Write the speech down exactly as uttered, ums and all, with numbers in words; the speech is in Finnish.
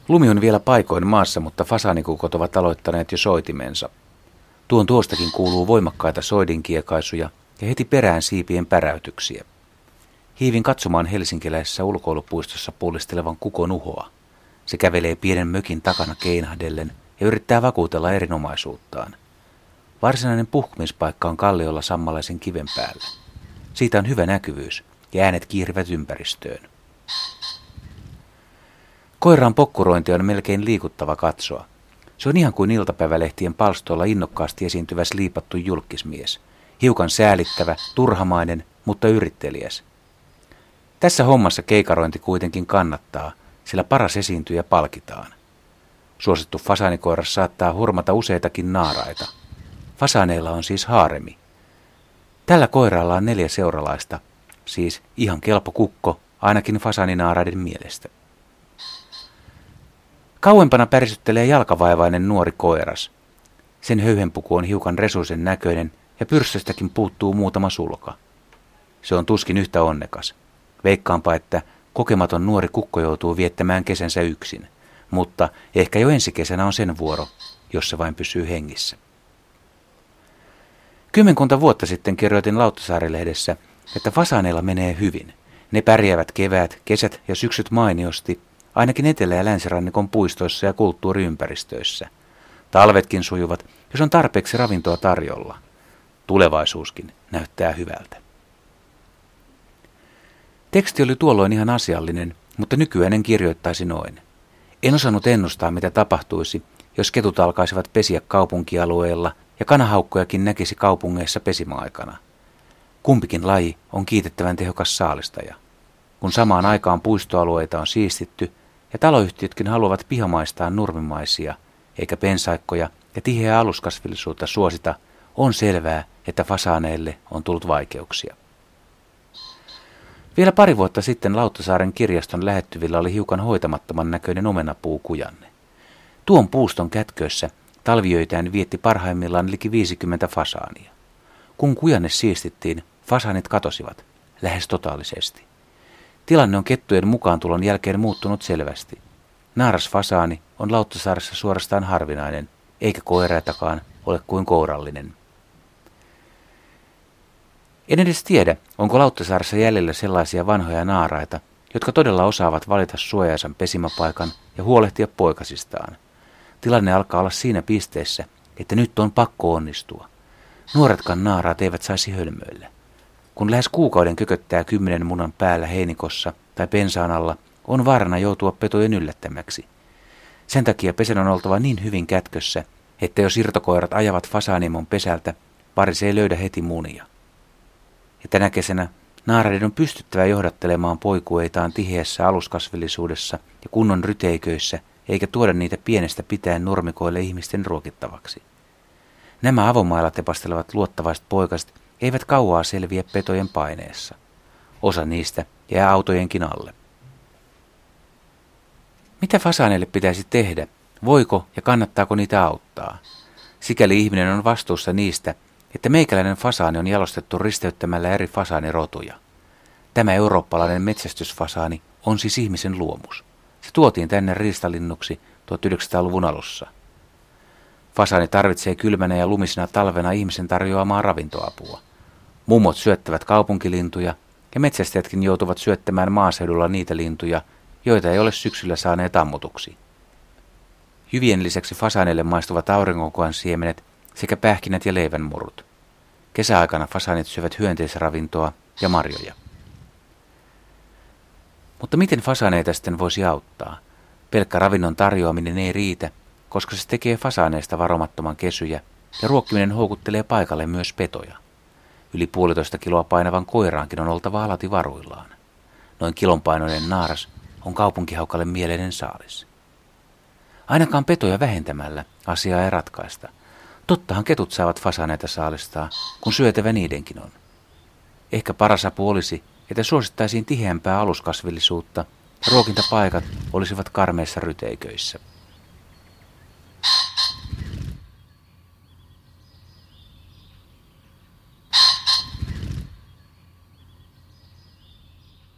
Lumi on vielä paikoin maassa, mutta fasaanikukot ovat aloittaneet jo soitimensa. Tuon tuostakin kuuluu voimakkaita soidinkiekaisuja ja heti perään siipien päräytyksiä. Hiivin katsomaan helsinkiläisessä ulkoilupuistossa pullistelevan kukon uhoa. Se kävelee pienen mökin takana keinahdellen ja yrittää vakuutella erinomaisuuttaan. Varsinainen puhkumispaikka on kalliolla sammalaisen kiven päällä. Siitä on hyvä näkyvyys ja äänet kiirivät ympäristöön. Koiraan pokkurointi on melkein liikuttava katsoa. Se on ihan kuin iltapäivälehtien palstoilla innokkaasti esiintyvä sliipattu julkismies. Hiukan säälittävä, turhamainen, mutta yritteliäs. Tässä hommassa keikarointi kuitenkin kannattaa, sillä paras esiintyjä palkitaan. Suosittu fasaanikoiras saattaa hurmata useitakin naaraita. Fasaaneilla on siis haaremi. Tällä koiralla on neljä seuralaista, siis ihan kelpo kukko, ainakin fasaaninaaraiden mielestä. Kauempana pärisyttelee jalkavaivainen nuori koiras. Sen höyhenpuku on hiukan resuisen näköinen ja pyrssöstäkin puuttuu muutama sulka. Se on tuskin yhtä onnekas. Veikkaanpa, että kokematon nuori kukko joutuu viettämään kesänsä yksin, mutta ehkä jo ensi kesänä on sen vuoro, jos se vain pysyy hengissä. Kymmenkunta vuotta sitten kirjoitin Lauttasaari-lehdessä, että fasaaneilla menee hyvin. Ne pärjäävät keväät, kesät ja syksyt mainiosti, ainakin etelä- ja länsirannikon puistoissa ja kulttuuriympäristöissä. Talvetkin sujuvat, jos on tarpeeksi ravintoa tarjolla. Tulevaisuuskin näyttää hyvältä. Teksti oli tuolloin ihan asiallinen, mutta nykyään en kirjoittaisi noin. En osannut ennustaa, mitä tapahtuisi, jos ketut alkaisivat pesiä kaupunkialueella ja kanahaukkojakin näkisi kaupungeissa pesimäaikana. Kumpikin laji on kiitettävän tehokas saalistaja. Kun samaan aikaan puistoalueita on siistitty ja taloyhtiötkin haluavat pihamaistaa nurmimaisia, eikä pensaikkoja ja tiheää aluskasvillisuutta suosita, on selvää, että fasaaneille on tullut vaikeuksia. Vielä pari vuotta sitten Lauttasaaren kirjaston lähettyvillä oli hiukan hoitamattoman näköinen omenapuukujanne. Tuon puuston kätkössä talviöitään vietti parhaimmillaan liki viisikymmentä fasaania. Kun kujanne siistittiin, fasaanit katosivat, lähes totaalisesti. Tilanne on kettujen mukaantulon jälkeen muuttunut selvästi. Naarasfasaani on Lauttasaaressa suorastaan harvinainen, eikä koiraitakaan ole kuin kourallinen. En edes tiedä, onko Lauttasaaressa jäljellä sellaisia vanhoja naaraita, jotka todella osaavat valita suojaisan pesimäpaikan ja huolehtia poikasistaan. Tilanne alkaa olla siinä pisteessä, että nyt on pakko onnistua. Nuoretkaan naaraat eivät saisi hölmöillä. Kun lähes kuukauden kököttää kymmenen munan päällä heinikossa tai pensaan alla, on vaarana joutua petojen yllättämäksi. Sen takia pesän on oltava niin hyvin kätkössä, että jos irtokoirat ajavat fasaanimon pesältä, paris ei löydä heti munia. Ja tänä kesänä naaraiden on pystyttävä johdattelemaan poikueitaan tiheässä aluskasvillisuudessa ja kunnon ryteiköissä, eikä tuoda niitä pienestä pitäen nurmikoille ihmisten ruokittavaksi. Nämä avomailla tepastelevat luottavaiset poikaset eivät kauaa selviä petojen paineessa. Osa niistä jää autojenkin alle. Mitä fasaaneille pitäisi tehdä? Voiko ja kannattaako niitä auttaa? Sikäli ihminen on vastuussa niistä, että meikäläinen fasaani on jalostettu risteyttämällä eri fasaanirotuja. Tämä eurooppalainen metsästysfasaani on siis ihmisen luomus. Se tuotiin tänne riistalinnuksi tuhatyhdeksänsataaluvun alussa. Fasaani tarvitsee kylmänä ja lumisena talvena ihmisen tarjoamaa ravintoapua. Mummot syöttävät kaupunkilintuja ja metsästäjätkin joutuvat syöttämään maaseudulla niitä lintuja, joita ei ole syksyllä saaneet ammutuksi. Jyvien lisäksi fasaaneille maistuvat auringonkukan siemenet sekä pähkinät ja leivänmurut. Kesäaikana fasaanit syövät hyönteisravintoa ja marjoja. Mutta miten fasaaneita sitten voisi auttaa? Pelkkä ravinnon tarjoaminen ei riitä, koska se tekee fasaaneista varomattoman kesyjä ja ruokkiminen houkuttelee paikalle myös petoja. Yli puolitoista kiloa painavan koiraankin on oltava alati varuillaan. Noin kilon painoinen naaras on kaupunkihaukalle mieleinen saalis. Ainakaan petoja vähentämällä asiaa ei ratkaista. Tottahan ketut saavat fasaaneita saalistaa, kun syötävä niidenkin on. Ehkä paras apu olisi, että suosittaisiin tiheämpää aluskasvillisuutta ja ruokintapaikat olisivat karmeissa ryteiköissä.